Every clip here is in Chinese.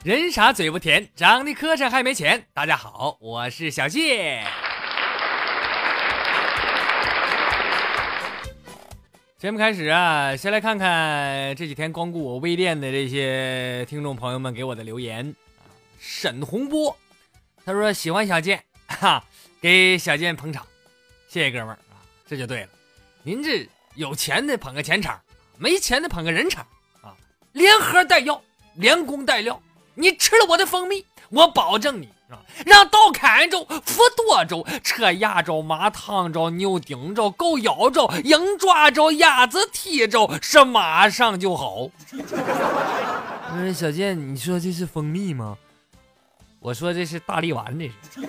人傻嘴不甜，长得磕碜还没钱。大家好，我是小谢。节目开始啊，先来看看这几天光顾我微店的这些听众朋友们给我的留言。沈洪波，他说喜欢小健，给小健捧场，谢谢哥们儿啊，这就对了。您这有钱的捧个钱场，没钱的捧个人场啊，连喝带要，连工带料。你吃了我的蜂蜜，我保证你啊，让倒砍粥、佛剁粥、扯牙粥、麻汤粥、牛顶粥、狗咬粥、鹰爪粥、鸭子蹄粥是马上就好。小健，你说这是蜂蜜吗？我说这是大力丸，这是。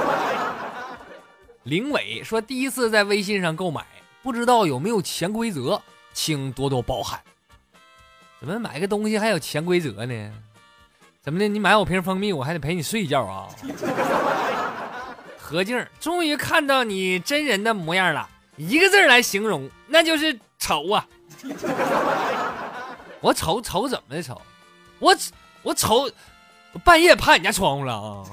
林伟说第一次在微信上购买，不知道有没有潜规则，请多多包涵。怎么买个东西还有潜规则呢？怎么的？你买我瓶蜂蜜，我还得陪你睡一觉啊？何静，终于看到你真人的模样了，一个字来形容，那就是丑啊！我丑怎么的丑？我丑，半夜爬你家窗户了啊！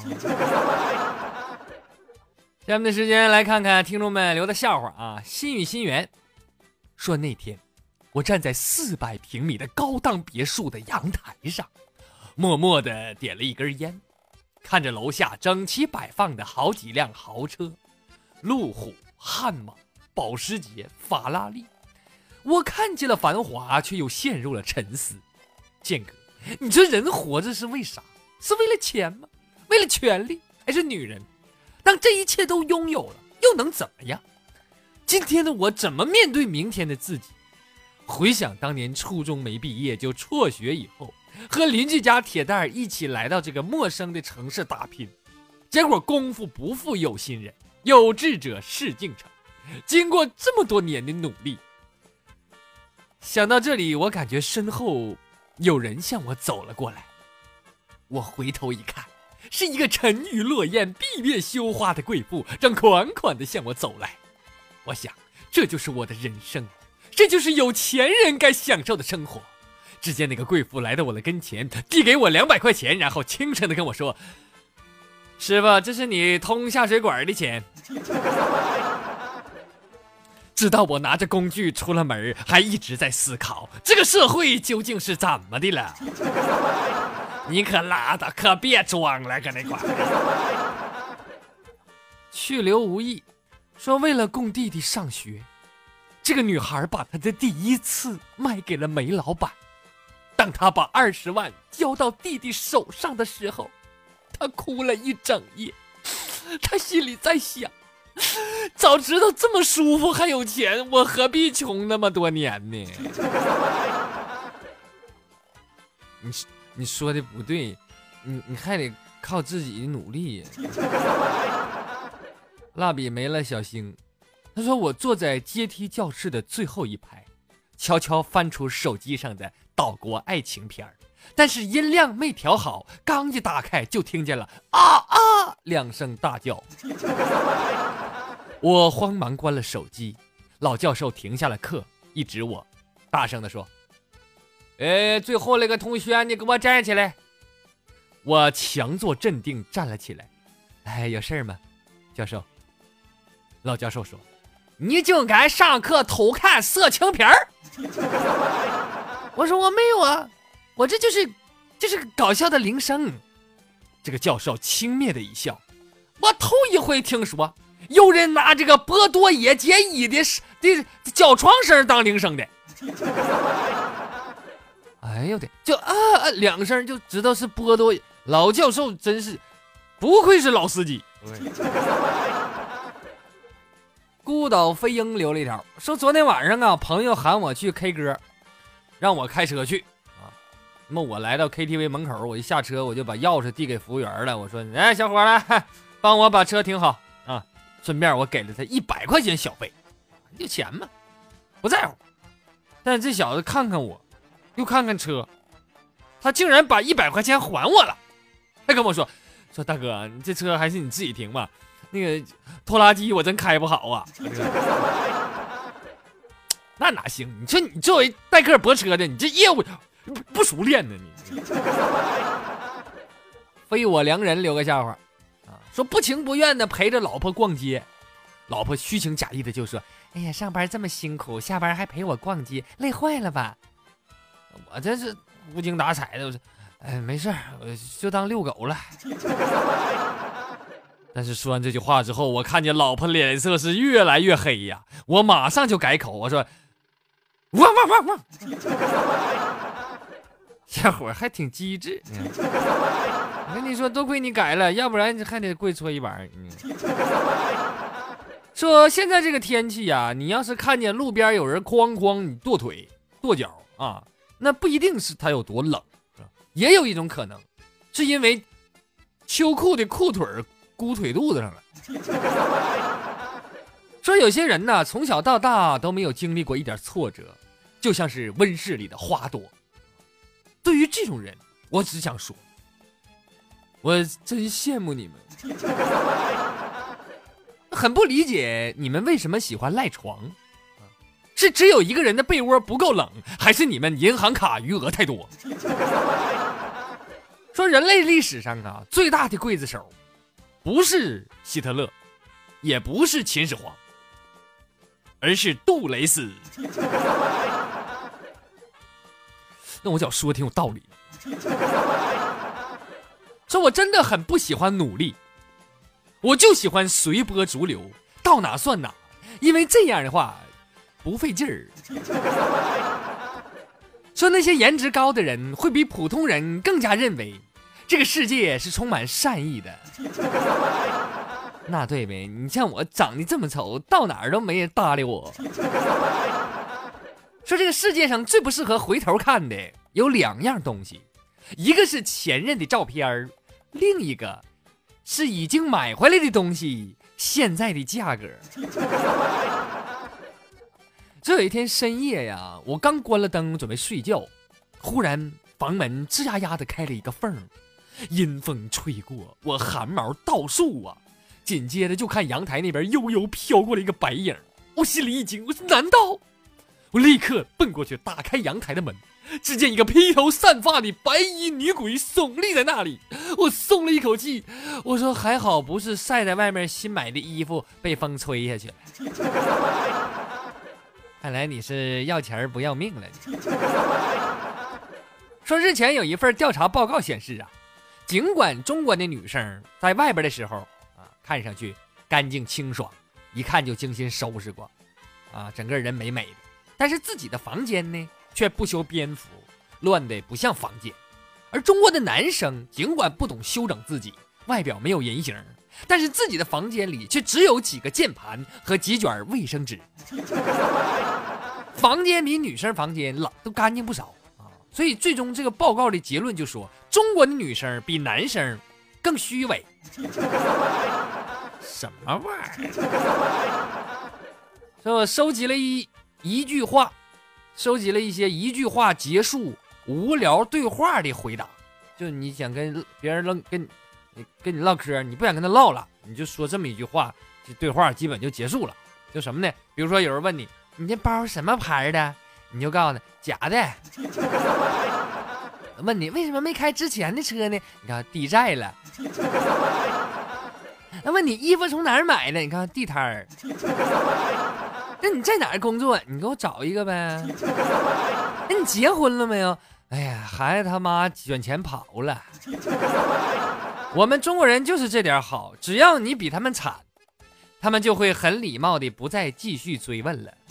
下面的时间来看看听众们留的笑话啊。心语心源说，那天我站在400平米的高档别墅的阳台上，默默地点了一根烟，看着楼下整齐摆放的好几辆豪车，路虎、悍马、保时捷、法拉利。我看见了繁华，却又陷入了沉思。建哥，你说人活着是为啥？是为了钱吗？为了权力？还是女人？当这一切都拥有了，又能怎么样？今天的我怎么面对明天的自己？回想当年初中没毕业就辍学以后，和邻居家铁蛋儿一起来到这个陌生的城市打拼，结果功夫不负有心人，有志者事竟成。经过这么多年的努力，想到这里，我感觉身后有人向我走了过来。我回头一看，是一个沉鱼落雁、闭月羞花的贵妇，正款款地向我走来。我想，这就是我的人生，这就是有钱人该享受的生活。只见那个贵妇来到我的跟前，递给我200块钱，然后轻声地跟我说：“师傅，这是你通下水管的钱。”直到我拿着工具出了门，还一直在思考这个社会究竟是怎么的了。你可拉倒，可别装了，搁那块去留无意说，为了供弟弟上学，这个女孩把她的第一次卖给了煤老板。当她把20万交到弟弟手上的时候，她哭了一整夜。她心里在想，早知道这么舒服还有钱，我何必穷那么多年呢？你说的不对，你还得靠自己的努力。蜡笔没了小星，他说我坐在阶梯教室的最后一排，悄悄翻出手机上的岛国爱情片，但是音量没调好，刚一打开就听见了啊2声大叫。我慌忙关了手机，老教授停下了课，一指我，大声地说：“最后那个同学，你给我站起来。”我强作镇定站了起来。有事吗，教授？老教授说：“你竟敢上课偷看色情片儿！”我说：“我没有啊，我这就是搞笑的铃声。”这个教授轻蔑的一笑：“我头一回听说有人拿这个波多野结衣的叫床声当铃声的。”哎呦对，就2声就知道是波多。老教授真是不愧是老司机。孤岛飞鹰留了一条说，昨天晚上啊，朋友喊我去 K 歌，让我开车去啊。那么我来到 KTV 门口，我一下车我就把钥匙递给服务员了，我说：“哎，小伙来，帮我把车停好啊。”顺便我给了他100块钱小费，有钱嘛，不在乎。但是这小子看看我，又看看车，他竟然把100块钱还我了，还跟我说大哥，你这车还是你自己停吧，那个拖拉机我真开不好啊。那哪行？你说你作为代客泊车的，你这业务不熟练呢你。 非我良人留个笑话啊，说不情不愿的陪着老婆逛街，老婆虚情假意的就说：“哎呀，上班这么辛苦，下班还陪我逛街，累坏了吧？”我这是无精打采的，我说：“哎，没事，我就当遛狗了。”但是说完这句话之后，我看见老婆脸色是越来越黑呀，我马上就改口，我说：“汪汪汪汪！”小伙还挺机智。我跟你说，多亏你改了，要不然还得跪搓衣板。说现在这个天气呀，你要是看见路边有人哐哐你跺腿跺脚啊，那不一定是他有多冷，也有一种可能是因为秋裤的裤腿箍腿肚子上了。说有些人呢，从小到大都没有经历过一点挫折，就像是温室里的花朵。对于这种人，我只想说，我真羡慕你们。很不理解你们为什么喜欢赖床，是只有一个人的被窝不够冷，还是你们银行卡余额太多？说人类历史上啊，最大的刽子手不是希特勒，也不是秦始皇，而是杜蕾斯。那我想说挺有道理的。说我真的很不喜欢努力，我就喜欢随波逐流，到哪算哪，因为这样的话不费劲儿。说那些颜值高的人会比普通人更加认为这个世界是充满善意的。那对呗，你像我长得这么丑，到哪儿都没人搭理我。说这个世界上最不适合回头看的有2样东西，一个是前任的照片，另一个是已经买回来的东西现在的价格。这有一天深夜呀，我刚关了灯准备睡觉，忽然房门吱呀呀的开了一个缝，阴风吹过，我汗毛倒竖啊。紧接着就看阳台那边悠悠飘过了一个白影，我心里一惊，我说难道？我立刻奔过去打开阳台的门，只见一个披头散发的白衣女鬼耸立在那里，我松了一口气，我说还好不是晒在外面新买的衣服被风吹下去了。看来你是要钱不要命了。说日前有一份调查报告显示啊，尽管中国的女生在外边的时候啊，看上去干净清爽，一看就精心收拾过啊，整个人美美的，但是自己的房间呢却不修边幅，乱得不像房间。而中国的男生尽管不懂修整自己，外表没有人形，但是自己的房间里却只有几个键盘和几卷卫生纸。房间比女生房间都干净不少啊！所以最终这个报告的结论就说，中国的女生比男生更虚伪。什么玩意儿？所以我收集了一句话，收集了一些一句话结束无聊对话的回答。就你想跟别人跟你唠嗑，你不想跟他唠了，你就说这么一句话，这对话基本就结束了。就什么呢？比如说有人问你，你这包什么牌的？你就告诉他假的。问你为什么没开之前的车呢？你看抵债了。问你衣服从哪儿买的？你看地摊儿。那你在哪儿工作？你给我找一个呗。那你结婚了没有？哎呀，孩子他妈卷钱跑了。我们中国人就是这点好，只要你比他们惨，他们就会很礼貌的不再继续追问了。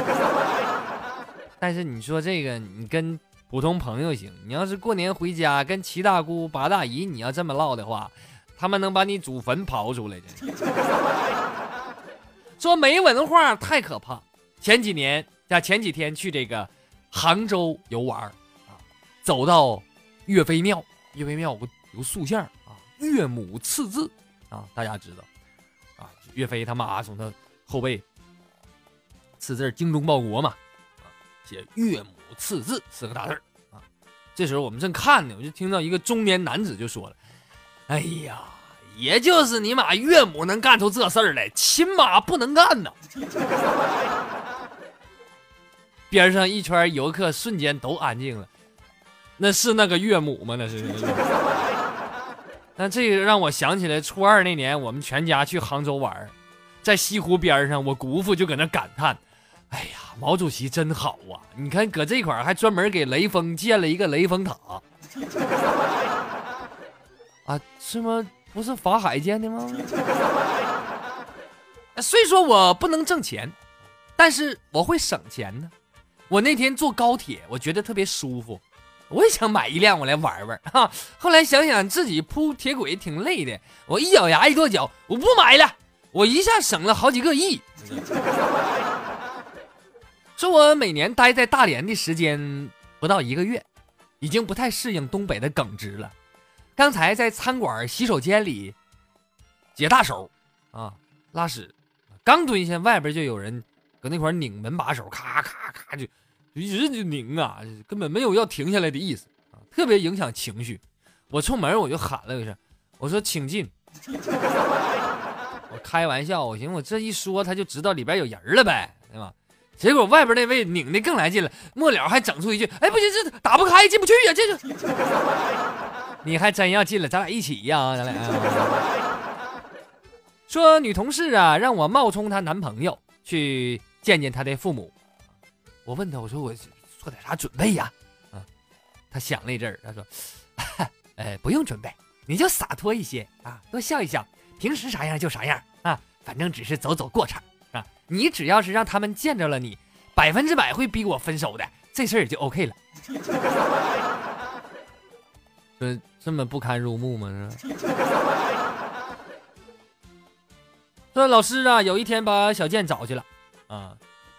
但是你说这个，你跟普通朋友行，你要是过年回家跟七大姑八大姨你要这么唠的话，他们能把你祖坟刨出来。说没文化太可怕。前几天去这个杭州游玩啊，走到岳飞庙有塑像啊，岳母刺字啊，大家知道啊，岳飞他妈从他后背刺字精忠报国嘛，啊，写岳母刺字4个大字啊。这时候我们正看呢，我就听到一个中年男子就说了：“哎呀，也就是你妈岳母能干出这事儿来，亲妈不能干呐。”边上一圈游客瞬间都安静了。那是那个岳母吗？那是。 那这个让我想起来初二那年我们全家去杭州玩，在西湖边上，我姑父就搁那感叹，哎呀，毛主席真好啊，你看搁这块儿还专门给雷锋建了一个雷锋塔啊，是吗？不是法海建的吗？虽说我不能挣钱，但是我会省钱呢。我那天坐高铁，我觉得特别舒服，我也想买一辆我来玩玩哈。后来想想自己铺铁轨挺累的，我一咬牙一跺脚，我不买了，我一下省了好几个亿。说我每年待在大连的时间不到1个月，已经不太适应东北的耿直了。刚才在餐馆洗手间里解大手啊拉屎，刚蹲下，外边就有人搁那块拧门把手，咔咔咔就一直就拧啊，根本没有要停下来的意思啊，特别影响情绪。我冲门我就喊了一声，我说请进。我开玩笑，我寻思我这一说他就知道里边有人了呗，对吧？结果外边那位拧的更来劲了，末了还整出一句：“哎，不行，这打不开，进不去呀！”这就你还真要进了，咱俩一起呀，咱俩。说女同事啊，让我冒充她男朋友去见见她的父母。我问她，我说我做点啥准备呀？啊，她想了一阵儿，她说：“不用准备，你就洒脱一些啊，多笑一笑，平时啥样就啥样啊，反正只是走走过场啊。你只要是让他们见着了你，100%会逼我分手的，这事儿也就 OK 了。”这么不堪入目吗？说老师啊，有一天把小健找去了啊，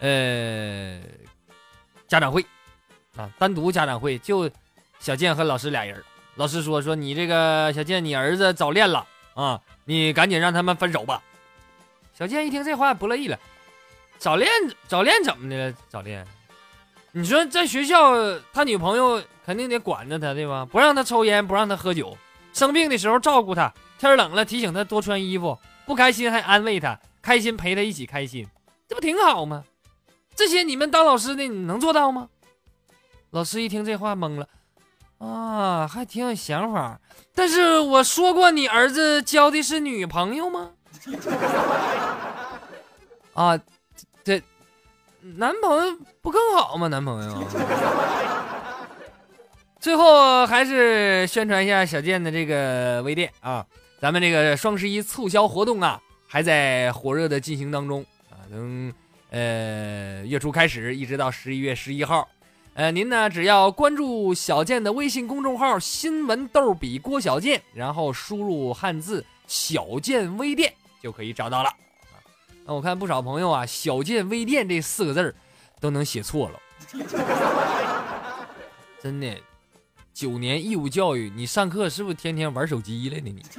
家长会啊，单独家长会，就小健和老师俩人。老师说你这个小健，你儿子早恋了啊，你赶紧让他们分手吧。小健一听这话不乐意了，早恋怎么的了？早恋？你说在学校他女朋友肯定得管着他，对吧？不让他抽烟，不让他喝酒，生病的时候照顾他，天冷了提醒他多穿衣服，不开心还安慰他，开心陪他一起开心，这不挺好吗？这些你们当老师的你能做到吗？老师一听这话懵了啊，还挺有想法，但是我说过你儿子交的是女朋友吗？啊，这男朋友不更好吗？男朋友最后还是宣传一下小健的这个微店啊，咱们这个双11促销活动啊还在火热的进行当中啊，从月初开始一直到11月11号。您呢只要关注小健的微信公众号新闻逗比郭小健，然后输入汉字小健微店就可以找到了。那我看不少朋友啊，小健微店这4个字都能写错了。真的，9年义务教育，你上课是不是天天玩手机了呢？你。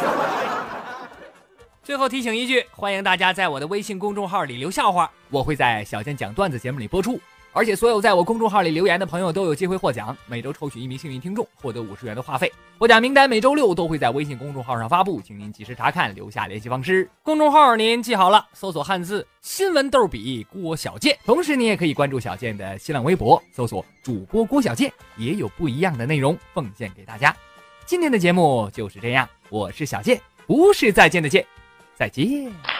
最后提醒一句，欢迎大家在我的微信公众号里留笑话，我会在小健讲段子节目里播出。而且所有在我公众号里留言的朋友都有机会获奖，每周抽取1名幸运听众，获得50元的话费。获奖名单每周6都会在微信公众号上发布，请您及时查看，留下联系方式。公众号您记好了，搜索汉字新闻逗比郭小健。同时你也可以关注小健的新浪微博，搜索主播郭小健，也有不一样的内容奉献给大家。今天的节目就是这样，我是小健，不是再见的见，再见。